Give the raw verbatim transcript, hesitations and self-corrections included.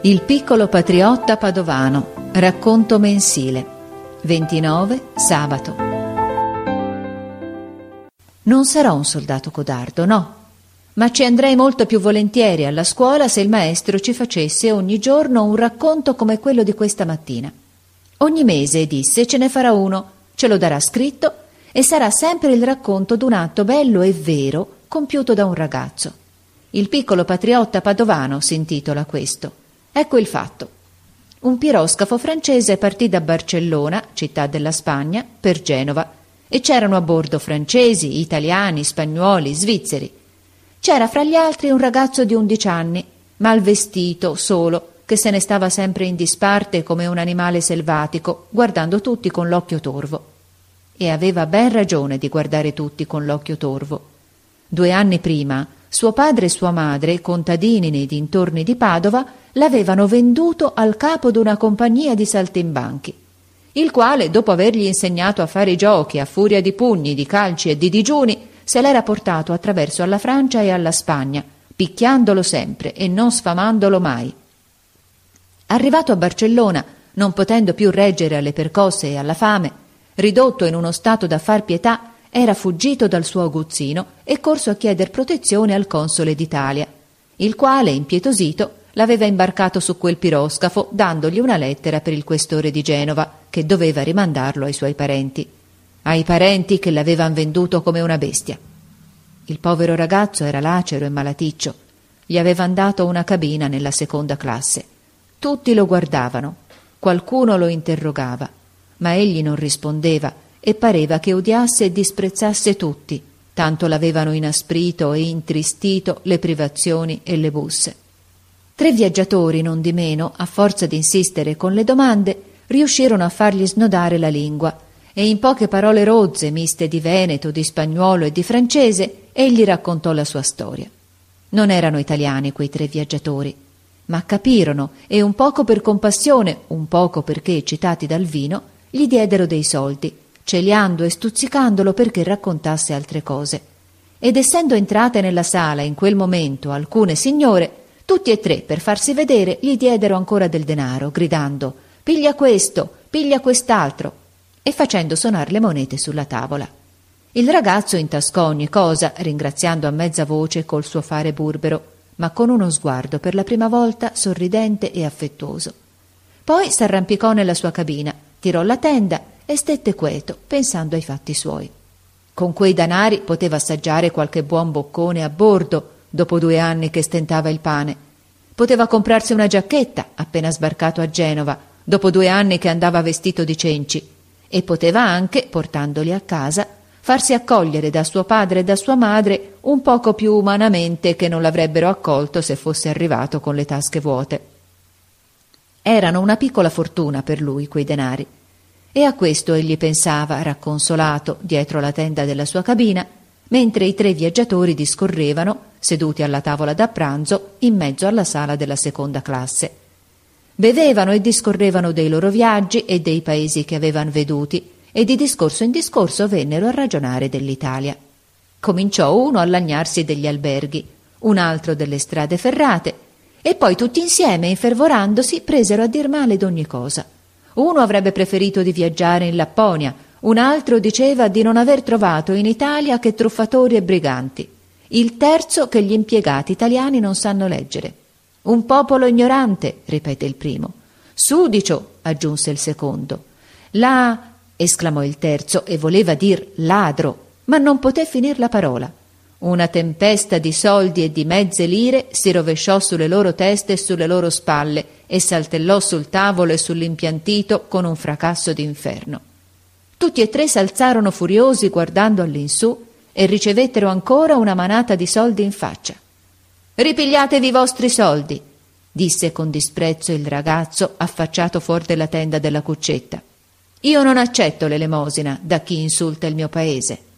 Il piccolo patriotta padovano, racconto mensile, ventinove sabato. Non sarò un soldato codardo, no, ma ci andrei molto più volentieri alla scuola se il maestro ci facesse ogni giorno un racconto come quello di questa mattina. Ogni mese, disse, ce ne farà uno, ce lo darà scritto e sarà sempre il racconto d'un atto bello e vero compiuto da un ragazzo. Il piccolo patriotta padovano si intitola questo. Ecco il fatto. Un piroscafo francese partì da Barcellona, città della Spagna, per Genova, e c'erano a bordo francesi, italiani, spagnoli, svizzeri. C'era fra gli altri un ragazzo di undici anni, mal vestito, solo, che se ne stava sempre in disparte come un animale selvatico, guardando tutti con l'occhio torvo. E aveva ben ragione di guardare tutti con l'occhio torvo. Due anni prima, suo padre e sua madre, contadini nei dintorni di Padova, l'avevano venduto al capo d'una compagnia di saltimbanchi, il quale, dopo avergli insegnato a fare i giochi a furia di pugni, di calci e di digiuni, se l'era portato attraverso alla Francia e alla Spagna, picchiandolo sempre e non sfamandolo mai. Arrivato a Barcellona, non potendo più reggere alle percosse e alla fame, ridotto in uno stato da far pietà, era fuggito dal suo aguzzino e corso a chieder protezione al console d'Italia, il quale, impietosito, l'aveva imbarcato su quel piroscafo, dandogli una lettera per il questore di Genova, che doveva rimandarlo ai suoi parenti, ai parenti che l'avevano venduto come una bestia. Il povero ragazzo era lacero e malaticcio, gli avevan dato una cabina nella seconda classe. Tutti lo guardavano, qualcuno lo interrogava, ma egli non rispondeva e pareva che odiasse e disprezzasse tutti, tanto l'avevano inasprito e intristito le privazioni e le busse. Tre viaggiatori, non di meno, a forza di insistere con le domande, riuscirono a fargli snodare la lingua e in poche parole rozze, miste di veneto, di spagnuolo e di francese, egli raccontò la sua storia. Non erano italiani quei tre viaggiatori, ma capirono e un poco per compassione, un poco perché eccitati dal vino, gli diedero dei soldi, celiando e stuzzicandolo perché raccontasse altre cose. Ed essendo entrate nella sala in quel momento alcune signore, tutti e tre, per farsi vedere, gli diedero ancora del denaro, gridando «Piglia questo, piglia quest'altro!» e facendo sonar le monete sulla tavola. Il ragazzo intascò ogni cosa, ringraziando a mezza voce col suo fare burbero, ma con uno sguardo per la prima volta sorridente e affettuoso. Poi s'arrampicò nella sua cabina, tirò la tenda e stette queto, pensando ai fatti suoi. Con quei danari poteva assaggiare qualche buon boccone a bordo, dopo due anni che stentava il pane. Poteva comprarsi una giacchetta, appena sbarcato a Genova, dopo due anni che andava vestito di cenci, e poteva anche, portandoli a casa, farsi accogliere da suo padre e da sua madre un poco più umanamente che non l'avrebbero accolto se fosse arrivato con le tasche vuote. Erano una piccola fortuna per lui quei denari, e a questo egli pensava, racconsolato, dietro la tenda della sua cabina, mentre i tre viaggiatori discorrevano, seduti alla tavola da pranzo, in mezzo alla sala della seconda classe. Bevevano e discorrevano dei loro viaggi e dei paesi che avevano veduti, e di discorso in discorso vennero a ragionare dell'Italia. Cominciò uno a lagnarsi degli alberghi, un altro delle strade ferrate, e poi tutti insieme, infervorandosi, presero a dir male d'ogni cosa. Uno avrebbe preferito di viaggiare in Lapponia, un altro diceva di non aver trovato in Italia che truffatori e briganti, il terzo che gli impiegati italiani non sanno leggere. Un popolo ignorante, ripete il primo. Sudicio, aggiunse il secondo. La... esclamò il terzo e voleva dir ladro, ma non poté finir la parola. Una tempesta di soldi e di mezze lire si rovesciò sulle loro teste e sulle loro spalle e saltellò sul tavolo e sull'impiantito con un fracasso d'inferno. Tutti e tre s'alzarono furiosi guardando all'insù e ricevettero ancora una manata di soldi in faccia. «Ripigliatevi i vostri soldi», disse con disprezzo il ragazzo affacciato fuori della tenda della cuccetta. «Io non accetto l'elemosina da chi insulta il mio paese».